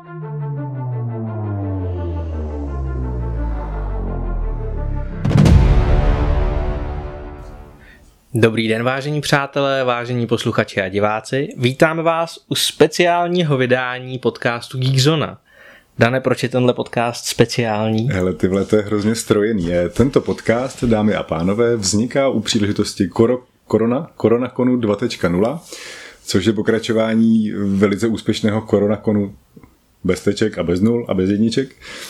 Dobrý den, vážení přátelé, vážení posluchači a diváci. Vítáme vás u speciálního vydání podcastu Geekzona. Dane, proč je tenhle podcast speciální? Hele, tyhle, to je hrozně strojený. Tento podcast, dámy a pánové, vzniká u příležitosti Koronakonu 2.0, což je pokračování velice úspěšného Koronakonu bez teček a bez nul a bez jedniček.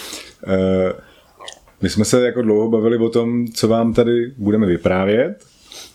My jsme se jako dlouho bavili o tom, co vám tady budeme vyprávět,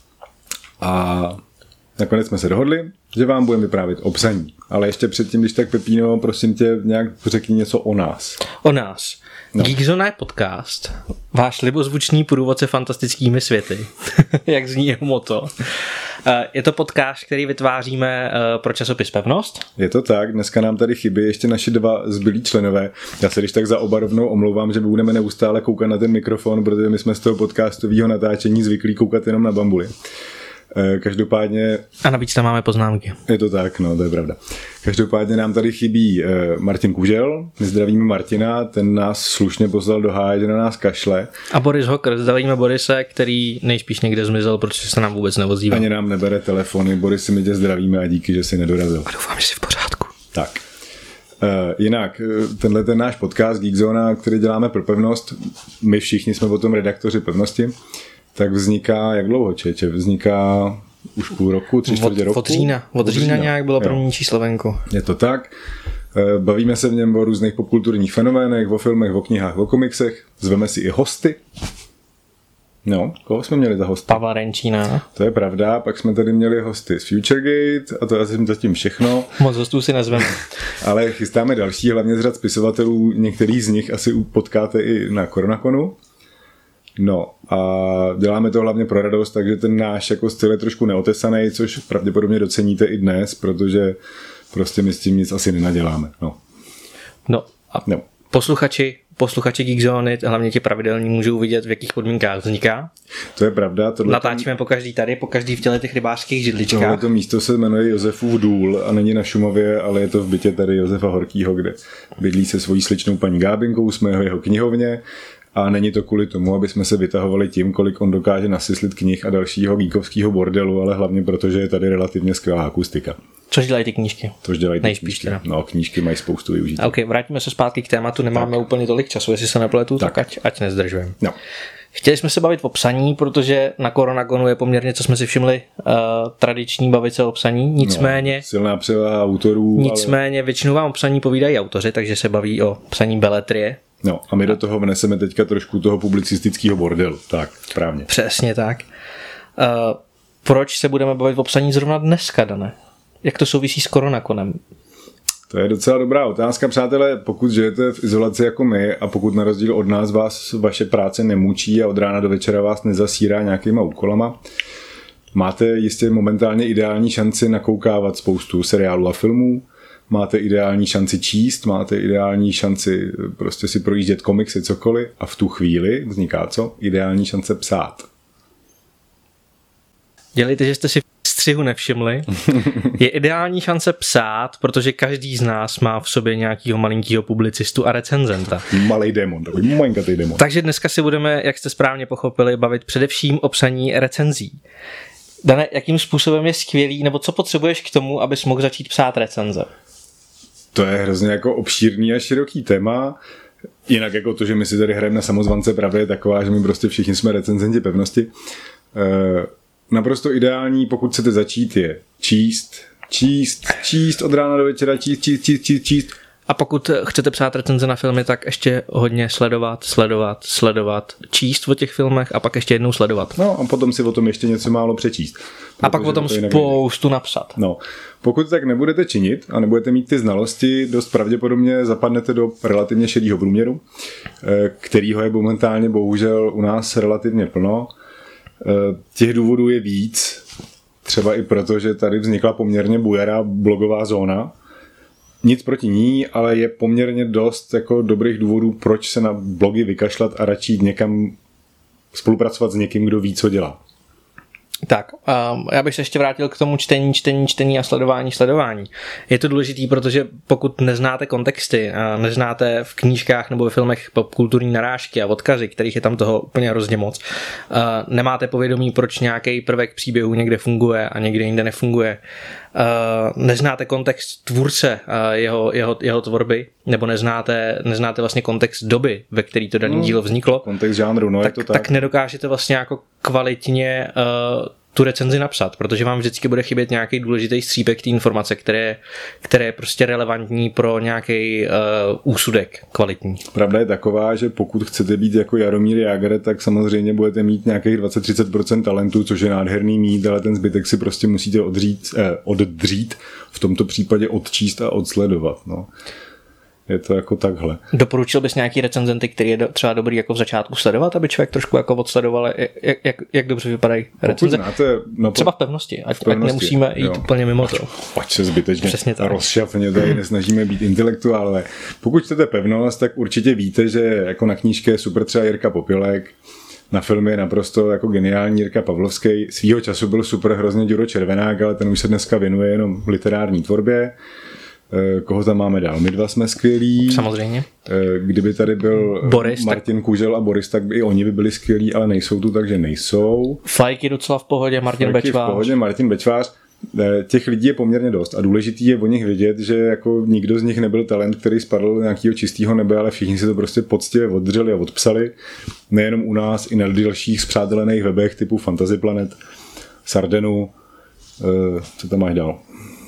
a nakonec jsme se dohodli, že vám budeme vyprávět o psaní. Ale ještě předtím, když tak, Pepíno, prosím tě, nějak řekni něco o nás. O nás. No. Geekzona je podcast, váš libozvučný průvodce fantastickými světy, jak zní jeho motto. Je to podcast, který vytváříme pro časopis Pevnost. Je to tak, dneska nám tady chybí ještě naši dva zbylí členové. Já se když tak za oba rovnou omlouvám, že budeme neustále koukat na ten mikrofon, protože my jsme z toho podcastového natáčení zvyklí koukat jenom na bambuli. Každopádně... A navíc tam máme poznámky. Je to tak, no, to je pravda. Každopádně nám tady chybí Martin Kužel, my zdravíme Martina, ten nás slušně poslal do háje, že na nás kašle. A Boris Hocker, zdravíme Borise, který nejspíš někde zmizel, protože se nám vůbec neozývá. Ani nám nebere telefony, Boris, my tě zdravíme a díky, že jsi nedorazil. A doufám, že jsi v pořádku. Tak. Jinak, tenhle ten náš podcast Geekzona, který děláme pro Pevnost, my všichni jsme potom redaktoři Pevnosti, tak vzniká, jak dlouho, čeče? Vzniká už půl roku, 3/4 roku? Od října nějak bylo první číslo venku. Je to tak. Bavíme se v něm o různých popkulturních fenoménech, o filmech, o knihách, o komiksech. Zveme si i hosty. No, koho jsme měli za hosty? Pavla Renčína. To je pravda, pak jsme tady měli hosty z Futuregate a to je asi zatím všechno. Moc hostů si nezveme. Ale chystáme další, hlavně z řad spisovatelů, některých z nich asi potkáte i na Koronakonu. No a děláme to hlavně pro radost, takže ten náš jako styl je trošku neotesaný, což pravděpodobně doceníte i dnes, protože prostě my s tím nic asi nenaděláme. No a no. Posluchači Geekzony, hlavně ti pravidelní, můžou vidět, v jakých podmínkách vzniká. To je pravda. Natáčíme pokaždý tady, pokaždý v těch rybářských židličkách. Tohleto místo se jmenuje Josefův důl a není na Šumově, ale je to v bytě tady Josefa Horkýho, kde bydlí se svojí slečnou paní Gábinkou, jsme jeho knihovně. A není to kvůli tomu, aby jsme se vytahovali tím, kolik on dokáže nasyslit knih a dalšího geekovského bordelu, ale hlavně proto, že je tady relativně skvělá akustika. Což dělají ty knížky? Nejspíš teda. No, knížky mají spoustu využití. OK, vrátíme se zpátky k tématu, nemáme úplně tolik času, jestli se nepletu, tak ať nezdržujeme. No. Chtěli jsme se bavit o psaní, protože na Koronakonu je poměrně, co jsme si všimli, tradiční bavit se o psaní, nicméně... Silná převaha autorů. Nicméně většinou vám o psaní povídají autoři, takže se baví o psaní beletrie. No a my do toho vneseme teďka trošku toho publicistického bordelu. Tak, správně. Přesně tak. Proč se budeme bavit o psaní zrovna dneska, Dane? Jak to souvisí s Koronakonem? To je docela dobrá otázka, přátelé. Pokud žijete v izolaci jako my a pokud na rozdíl od nás vás vaše práce nemučí a od rána do večera vás nezasírá nějakýma úkolama, máte jistě momentálně ideální šanci nakoukávat spoustu seriálů a filmů, máte ideální šanci číst, máte ideální šanci prostě si projíždět komiksy, cokoliv, a v tu chvíli vzniká co? Ideální šance psát. Dělejte, že jste si v střihu nevšimli. Je ideální šance psát, protože každý z nás má v sobě nějakýho malinkýho publicistu a recenzenta. Malej démon, takový malinkatý démon. Takže dneska si budeme, jak jste správně pochopili, bavit především o psaní recenzí. Dane, jakým způsobem je skvělý, nebo co potřebuješ k tomu, abys mohl začít psát recenze? To je hrozně jako obšírný a široký téma. Jinak jako to, že my si tady hrajeme na samozvance, pravda je taková, že my prostě všichni jsme recenzenti Pevnosti. Naprosto ideální, pokud chcete začít, je číst od rána do večera, číst. A pokud chcete psát recenze na filmy, tak ještě hodně sledovat, číst o těch filmech a pak ještě jednou sledovat. No a potom si o tom ještě něco málo přečíst. A pak o tom spoustu napsat. No, pokud tak nebudete činit a nebudete mít ty znalosti, dost pravděpodobně zapadnete do relativně šedýho průměru, kterýho je momentálně bohužel u nás relativně plno. Těch důvodů je víc, třeba i proto, že tady vznikla poměrně bujará blogová zóna. Nic proti ní, ale je poměrně dost jako dobrých důvodů, proč se na blogy vykašlat a radši jít někam spolupracovat s někým, kdo ví, co dělá. Tak, já bych se ještě vrátil k tomu čtení a sledování. Je to důležitý, protože pokud neznáte kontexty, neznáte v knížkách nebo ve filmech popkulturní narážky a odkazy, kterých je tam toho úplně hrozně moc, nemáte povědomí, proč nějaký prvek příběhu někde funguje a někde jinde nefunguje, neznáte kontext tvůrce jeho tvorby, nebo neznáte vlastně kontext doby, ve který to daný dílo vzniklo, kontext žánru, no, tak nedokážete vlastně jako kvalitně tu recenzi napsat, protože vám vždycky bude chybět nějaký důležitý střípek té informace, které je prostě relevantní pro nějaký úsudek kvalitní. Pravda je taková, že pokud chcete být jako Jaromír Jágr, tak samozřejmě budete mít nějakých 20-30% talentu, což je nádherný mít, ale ten zbytek si prostě musíte oddřít, v tomto případě odčíst a odsledovat. No. Je to jako takhle. Doporučil bys nějaký recenzenty, který je třeba dobrý jako v začátku sledovat, aby člověk trošku jako odsledoval, jak dobře vypadají recenze? Znáte, třeba v pevnosti, ať nemusíme jít úplně mimo to. Ať se zbytečně rozšafně tady nesnažíme být intelektuálové. Pokud chcete pevnost, tak určitě víte, že jako na knížce je super třeba Jirka Popilek, na filmy je naprosto jako geniální Jirka Pavlovský. Svýho času byl super hrozně Ďuro Červenák, ale ten už se dneska věnuje jenom literární tvorbě. Koho tam máme dál? My dva jsme skvělí. Samozřejmě. Kdyby tady byl Boris, Martin Kužel a Boris, tak i oni by byli skvělí, ale nejsou tu, takže nejsou. Flajky docela v pohodě, Martin Bečvář. Těch lidí je poměrně dost a důležitý je o nich vidět, že jako nikdo z nich nebyl talent, který spadl do nějakého čistého nebe, ale všichni si to prostě poctivě oddřeli a odpsali. Nejenom u nás, i na dalších spřátelených webech typu Fantasy Planet, Sardenu, co tam máš dál?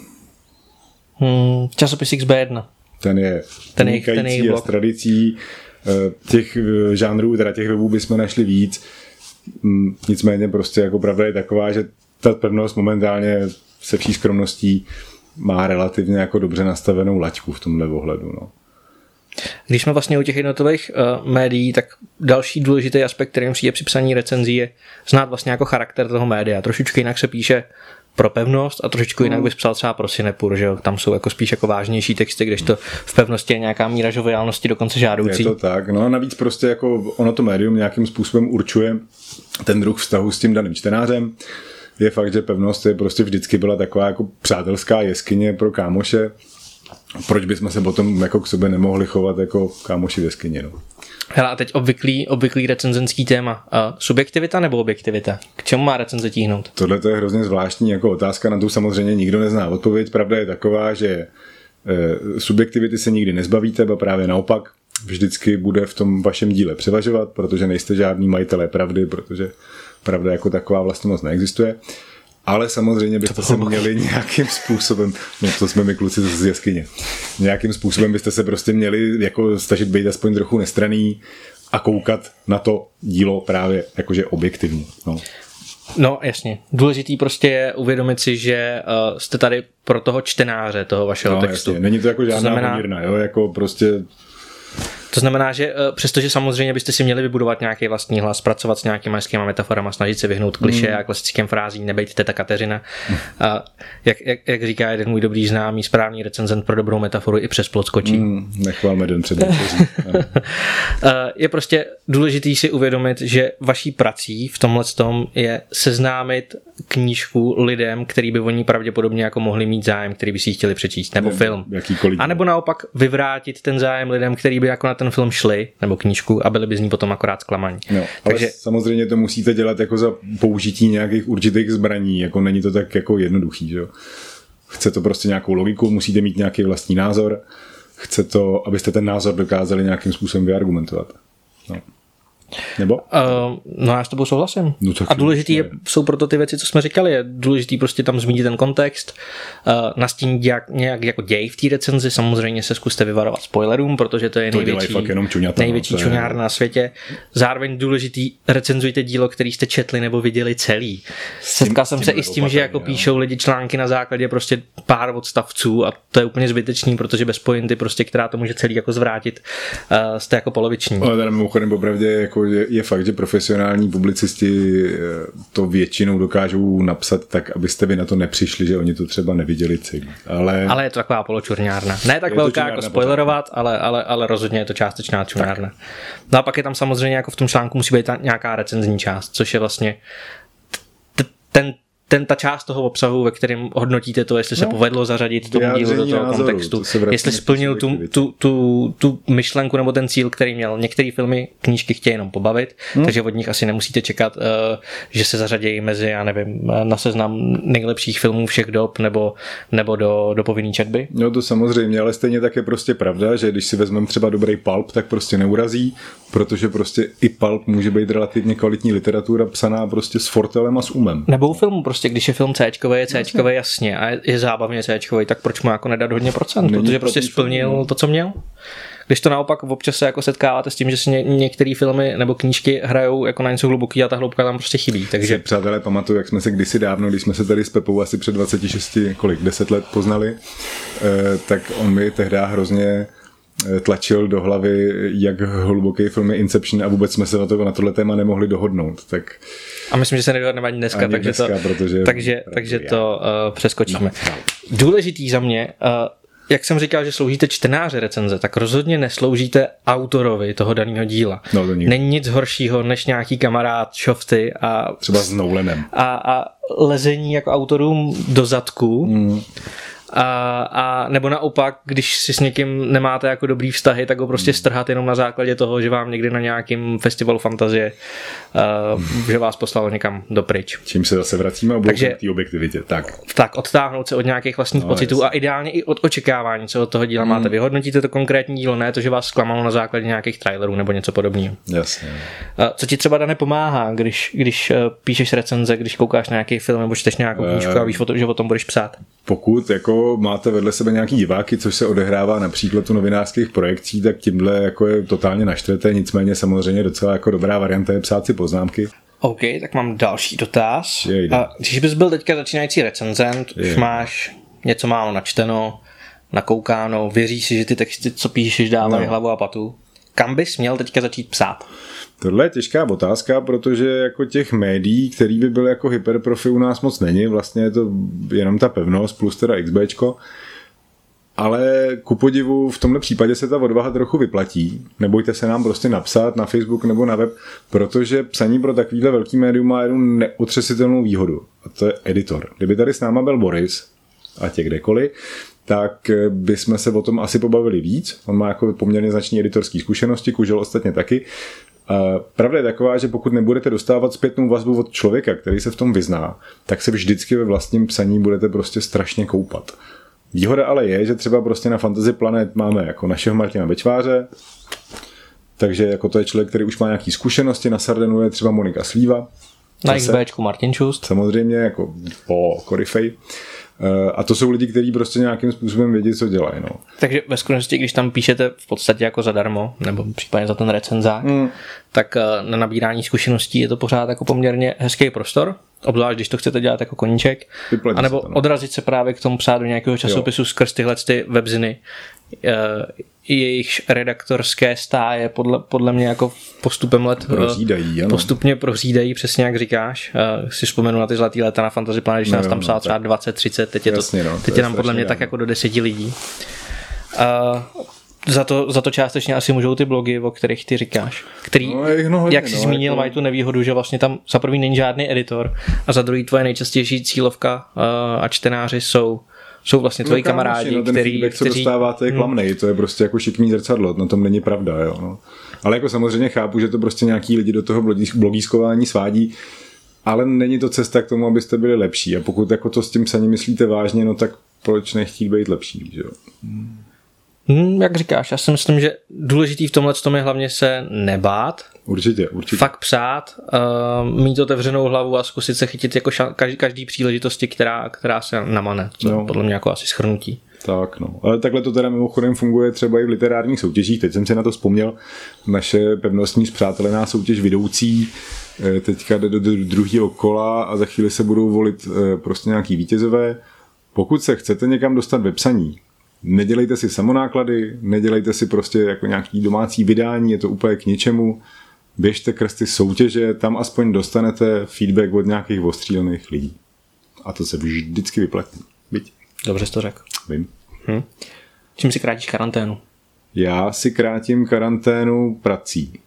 Časopis XB1. Ten je vynikající a s tradicí těch žánrů, teda těch webů bychom našli víc. Nicméně prostě jako pravda je taková, že ta pevnost momentálně se vší skromností má relativně jako dobře nastavenou laťku v tomhle ohledu. No. Když jsme vlastně u těch jednotlivých médií, tak další důležitý aspekt, kterým přijde při psaní recenzí, je znát vlastně jako charakter toho média. Trošičku jinak se píše pro pevnost a trošičku jinak bys psal třeba pro Cinepur, že jo? Tam jsou jako spíš jako vážnější texty, kdežto v pevnosti je nějaká míra žoviálnosti dokonce žádoucí. Je to tak, no a navíc prostě jako ono to médium nějakým způsobem určuje ten druh vztahu s tím daným čtenářem. Je fakt, že pevnost je prostě vždycky byla taková jako přátelská jeskyně pro kámoše. Proč bychom se potom jako k sobě nemohli chovat jako kámoši v jeskyni, no. Hele, a teď obvyklý recenzenský téma. Subjektivita nebo objektivita? K čemu má recenze tíhnout? Tohle to je hrozně zvláštní jako otázka, na tu samozřejmě nikdo nezná odpověď. Pravda je taková, že subjektivity se nikdy nezbavíte, ba právě naopak vždycky bude v tom vašem díle převažovat, protože nejste žádný majitelé pravdy, protože pravda jako taková vlastně moc neexistuje. Ale samozřejmě byste se měli nějakým způsobem, no to jsme my kluci z jeskyně, nějakým způsobem byste se prostě měli jako snažit být aspoň trochu nestranný a koukat na to dílo právě jakože objektivně. No jasně. Důležitý prostě je uvědomit si, že jste tady pro toho čtenáře, toho vašeho textu. Jasně. Není to jako žádná honírna, jo, jako prostě... To znamená, že přestože samozřejmě byste si měli vybudovat nějaký vlastní hlas, pracovat s nějakýma hezkýma metaforama, snažit se vyhnout klišé a klasickým frázím, nebejt teta Kateřina. Jak říká jeden můj dobrý známý, správný recenzent pro dobrou metaforu i přes plot skočí. Nechválme den před Je prostě důležitý si uvědomit, že vaší prací v tomhletom je seznámit knížku lidem, který by oni pravděpodobně jako mohli mít zájem, který by si ji chtěli přečíst, nebo film. A nebo naopak vyvrátit ten zájem lidem, který by jako na ten film šli, nebo knížku, a byli by z ní potom akorát zklamaní. No, takže samozřejmě to musíte dělat jako za použití nějakých určitých zbraní, jako není to tak jako jednoduchý, že jo. Chce to prostě nějakou logiku, musíte mít nějaký vlastní názor, chce to, abyste ten názor dokázali nějakým způsobem vyargumentovat. No. Nebo? No já s tebou souhlasím. No, a důležitý jsou proto ty věci, co jsme říkali. Je důležitý prostě tam zmínit ten kontext, nastínit nějak jako děj v té recenzi. Samozřejmě se zkuste vyvarovat spoilerům, protože to je největší čuňár na světě. Zároveň důležitý recenzujte dílo, který jste četli nebo viděli celý. Setkal jsem se i s tím, že jako píšou lidi články na základě prostě pár odstavců a to je úplně zbytečný, protože bez pointy prostě, která to může celý jako zvrátit, jste jako poloviční. Ale teda mimochodem popravdě jako je fakt, že profesionální publicisti to většinou dokážou napsat tak, abyste vy na to nepřišli, že oni to třeba neviděli celý. Ale je to taková poločurňárna. Ne tak velká jako spoilerovat, ale rozhodně je to částečná čurňárna. No a pak je tam samozřejmě jako v tom článku musí být nějaká recenzní část, což je vlastně ta část toho obsahu, ve kterém hodnotíte to, jestli se povedlo zařadit tomu dílu do toho kontextu, jestli splnil tu myšlenku nebo ten cíl, který měl. Některé filmy, knížky chtějí jenom pobavit, takže od nich asi nemusíte čekat, že se zařadějí mezi, já nevím, na seznam nejlepších filmů všech dob nebo do povinný četby. No to samozřejmě, ale stejně tak je prostě pravda, že když si vezmeme třeba dobrý pulp, tak prostě neurazí, protože prostě i pulp může být relativně kvalitní literatura psaná prostě s fortelem a s umem. Nebo u filmu prostě, když je film Cčkovej, je Cčkovej jasně a je zábavně Cčkovej, tak proč mu jako nedat hodně procent, protože prostě splnil to, co měl. Když to naopak občas se jako setkáváte s tím, že si některé filmy nebo knížky hrajou jako na něco hluboký a ta hloubka tam prostě chybí. Takže přátelé, pamatuju, jak jsme se kdysi dávno, když jsme se tady s Pepou asi před 10 let poznali, tak on mi tehdy hrozně tlačil do hlavy, jak hluboký film je Inception a vůbec jsme se na tohle téma nemohli dohodnout. Tak a myslím, že se nedohodneme ani dneska, takže to přeskočíme. No. Důležitý za mě, jak jsem říkal, že sloužíte čtenáře recenze, tak rozhodně nesloužíte autorovi toho daného díla. No, není nic horšího, než nějaký kamarád šofty a třeba s Nolanem. A lezení jako autorům do zadku. A nebo naopak, když si s někým nemáte jako dobrý vztahy, tak ho prostě strhat jenom na základě toho, že vám někdy na nějakým festivalu fantazie že vás poslalo někam dopryč. Čím se zase vracíme k té objektivitě. Tak odtáhnout se od nějakých vlastních pocitů a ideálně i od očekávání, co od toho díla máte. Vyhodnotíte to konkrétní dílo, ne to, že vás zklamalo na základě nějakých trailerů nebo něco podobného. Jasně. Co ti třeba, Dane, pomáhá, když píšeš recenze, když koukáš na nějaký film nebo čteš nějakou knížku a víš, že o tom budeš psát? Pokud jako máte vedle sebe nějaký diváky, což se odehrává například u novinářských projekcí, tak tímhle jako je totálně naštvete, nicméně samozřejmě docela jako dobrá varianta je psát si poznámky. OK, tak mám další dotaz. A když bys byl teďka začínající recenzent, už máš něco málo načteno, nakoukáno, věříš si, že ty texty, co píšeš, dávají hlavu a patu, kam bys měl teďka začít psát? Tohle je těžká otázka, protože jako těch médií, který by byl jako hyperprofi, u nás moc není, vlastně je to jenom ta pevnost plus teda XBčko, ale ku podivu v tomhle případě se ta odvaha trochu vyplatí. Nebojte se nám prostě napsat na Facebook nebo na web, protože psaní pro takovýhle velký médium má jednu neotřesitelnou výhodu a to je editor. Kdyby tady s náma byl Boris, ať je kdekoliv, tak bychom se o tom asi pobavili víc. On má jako poměrně značný editorský zkušenosti, Kužel ostatně taky. Pravda je taková, že pokud nebudete dostávat zpětnou vazbu od člověka, který se v tom vyzná, tak se vždycky ve vlastním psaní budete prostě strašně koupat. Výhoda ale je, že třeba prostě na Fantasy Planet máme jako našeho Martina Bečváře, takže jako to je člověk, který už má nějaký zkušenosti, na Sardenu je třeba Monika Slíva. Na XBčku Martin Čust. Samozřejmě jako po Korifej. A to jsou lidi, kteří prostě nějakým způsobem vědí, co dělají. No. Takže ve skutečnosti, když tam píšete v podstatě jako zadarmo, nebo případně za ten recenzák, tak na nabírání zkušeností je to pořád jako poměrně hezký prostor, obzvlášť když to chcete dělat jako koníček, anebo odrazit se právě k tomu psát do nějakého časopisu skrz tyhle ty webziny. Jejichž redaktorské stáje podle mě jako postupem let postupně prořídají, přesně jak říkáš. Si vzpomenu na ty zlatý léta na Fantasy Planet, když nás tam psal třeba 20, 30, teď je tam podle mě tak jako do 10 lidí. Za to částečně asi můžou ty blogy, o kterých ty říkáš. Který, jak jsi zmínil, mají tu nevýhodu, že vlastně tam za první není žádný editor a za druhý tvoje nejčastější cílovka a čtenáři jsou vlastně tvoji kamarádi, ten feedback, co dostáváte, je klamnej, to je prostě jako šikmý zrcadlo, na tom není pravda, jo. No. Ale jako samozřejmě chápu, že to prostě nějaký lidi do toho blogískování svádí, ale není to cesta k tomu, abyste byli lepší. A pokud jako to s tím psaním myslíte vážně, no tak proč nechtít být lepší, že jo? Jak říkáš, já si myslím, že důležitý v tomhle tom je hlavně se nebát. Určitě. Fakt psát, mít otevřenou hlavu a zkusit se chytit jako každý příležitosti, která se namane. To podle mě jako asi shrnutí. Tak no, ale takhle to teda mimochodem funguje třeba i v literárních soutěžích. Teď jsem si na to vzpomněl, naše pevnostní spřátelená soutěž Vidoucí teďka jde do druhého kola a za chvíli se budou volit prostě nějaký vítězové. Pokud se chcete někam dostat ve psaní, nedělejte si samonáklady, nedělejte si prostě jako nějaký domácí vydání, je to úplně k ničemu. Běžte krz ty soutěže, tam aspoň dostanete feedback od nějakých ostřílených lidí. A to se vždycky vyplatí. Byť. Dobře jsi to řekl. Vím. Čím si krátíš karanténu? Já si krátím karanténu prací.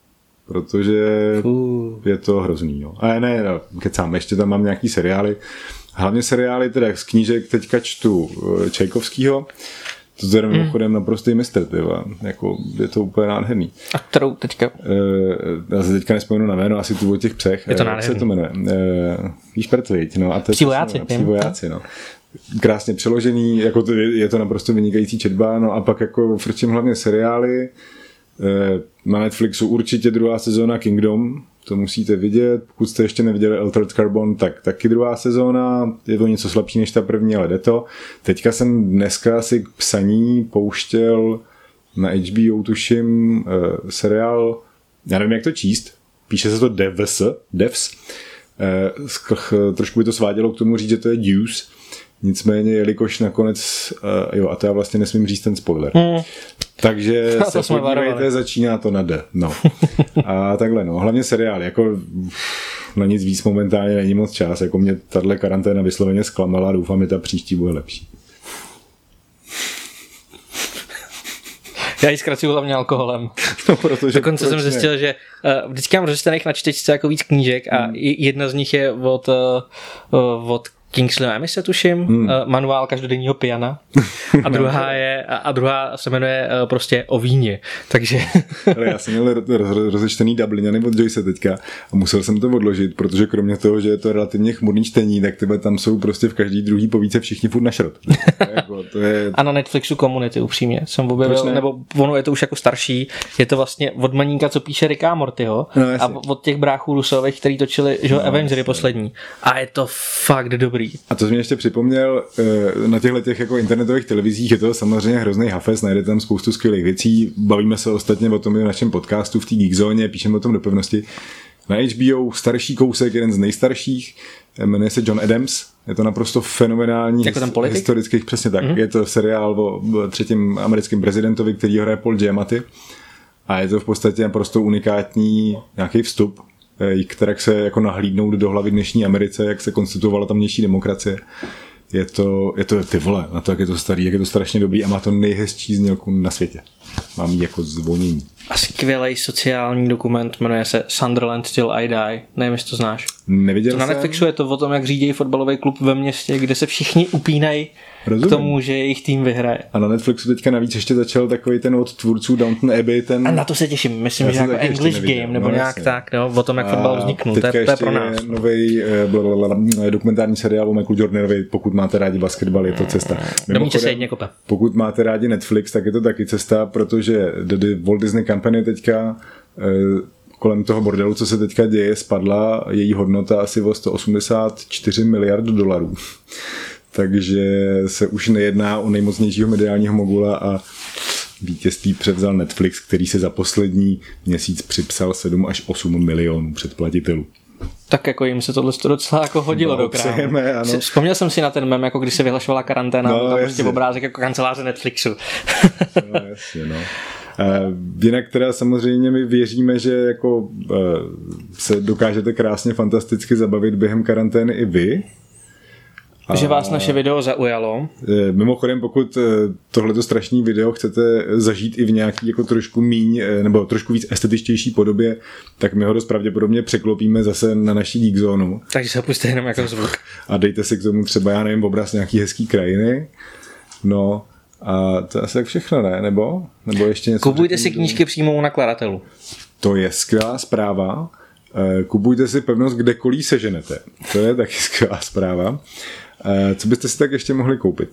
protože je to hrozný. Jo. A ne, kecám, ještě tam mám nějaký seriály. Hlavně seriály, teda z knížek teďka čtu Čajkovskýho, to teda mimochodem naprostý mistr, tyva. Jako, je to úplně nádherný. A kterou teďka? Já se teďka nespomenu na jméno, asi tu o těch psech. Je to nádherný. Jak se to jmenuje? Víš, Pertviť, no. A to je Pří vojáci, no. Krásně přeložený, jako je to naprosto vynikající četba, no a pak jako frčím hlavně seriály. Na Netflixu určitě druhá sezóna Kingdom, to musíte vidět, pokud jste ještě neviděli Altered Carbon, tak taky druhá sezóna, je to něco slabší než ta první, ale jde to. Teďka jsem dneska si k psaní pouštěl na HBO, tuším, seriál, já nevím, jak to číst, píše se to Devs, trošku by to svádělo k tomu říct, že to je Deuce, nicméně, jelikož nakonec, a to já vlastně nesmím říct ten spoiler. Takže se podívejte, začíná to na D. No. A takhle, no. Hlavně seriál, jako na nic víc momentálně není moc čas, jako mě tahle karanténa vysloveně zklamala, doufám, že ta příští bude lepší. Já ji zkracuju hlavně alkoholem. No, protože dokonce jsem zjistil, že vždycky mám rozestaných na čtečce jako víc knížek a jedna z nich je od Kingsley se tuším, manuál každodenního piana a druhá se jmenuje prostě o víně, takže... Ale já jsem měl rozečtený Dubliniany od Joyce teďka a musel jsem to odložit, protože kromě toho, že je to relativně chmurný čtení, tak tyhle tam jsou prostě v každý druhý povídce všichni furt na šrot. To je... A na Netflixu Community upřímně jsem objevil, nebo ono je to už jako starší, je to vlastně od maníka, co píše Ricka Mortyho a od těch bráchů Rusových, který točili Avengery poslední a je to fakt dobrý. A to jsi mě ještě připomněl, na těchto jako internetových televizích je to samozřejmě hrozný hafes, najde tam spoustu skvělých věcí, bavíme se ostatně o tom i v našem podcastu v té Geekzóně, píšeme o tom do pevnosti. Na HBO starší kousek, jeden z nejstarších, jmenuje se John Adams, je to naprosto fenomenální jako historický, přesně tak, je to seriál o třetím americkém prezidentovi, který hraje Paul Giamatti a je to v podstatě naprosto unikátní nějaký vstup, kterak se jako nahlídnout do hlavy dnešní Americe, jak se konstituovala tamnější demokracie. Je to ty vole, na to, jak je to starý, jak je to strašně dobrý a má to nejhezčí znělku na světě. Mám jí jako zvonění. A skvělej sociální dokument, jmenuje se Sunderland Till I Die. Nevím, jestli to znáš. Neviděl jsem. Na Netflixu je to o tom, jak řídí fotbalový klub ve městě, kde se všichni upínají k tomu, že jejich tým vyhraje. A na Netflixu teďka navíc ještě začal takový ten od tvůrců Downton Abbey. A na to se těším. Myslím, že jako English Game nebo nějak tak, no, o tom, jak fotbal vzniknul. To je pro nás. Nový dokumentární seriál o Michaelu Jordanovi, pokud máte rádi basketbal, je to cesta. Domníte se jedně kope. Pokud máte rádi Netflix, tak je to taky cesta, protože Walt Disney Company teďka kolem toho bordelu, co se teďka děje, spadla její hodnota asi o 184 miliard $. Takže se už nejedná o nejmocnějšího mediálního mogula a vítězství převzal Netflix, který se za poslední měsíc připsal 7 až 8 milionů předplatitelů. Tak jako jim se tohle docela jako hodilo do krámu. Vzpomněl jsem si na ten mem, jako když se vyhlašovala karanténa, no, tam prostě obrázek jako kanceláře Netflixu. No jasně, no. Jinak teda samozřejmě my věříme, že jako se dokážete krásně fantasticky zabavit během karantény i vy. Že vás naše video zaujalo. Mimochodem, pokud tohleto strašný video chcete zažít i v nějaký jako trošku míň nebo trošku víc estetičtější podobě, tak my ho dost pravděpodobně překlopíme zase na naší Geekzónu. Takže se puste jenom jako zvuk. A dejte si k tomu třeba, já nevím, obraz nějaký hezký krajiny. No a to je asi tak všechno, ne? Nebo ještě něco? Kupujte si knížky přímo u nakladatelů. To je skvělá zpráva. Kupujte si pevnost, kdekoliv seženete. To je taky skvělá zpráva. Co byste si tak ještě mohli koupit?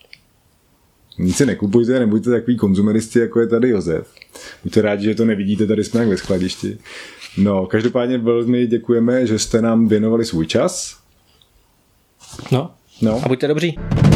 Nic si nekupujte, nebuďte takový konzumeristi, jako je tady Josef. Buďte rádi, že to nevidíte, tady jsme jak ve skladišti. No, každopádně velmi děkujeme, že jste nám věnovali svůj čas. No. A buďte dobří.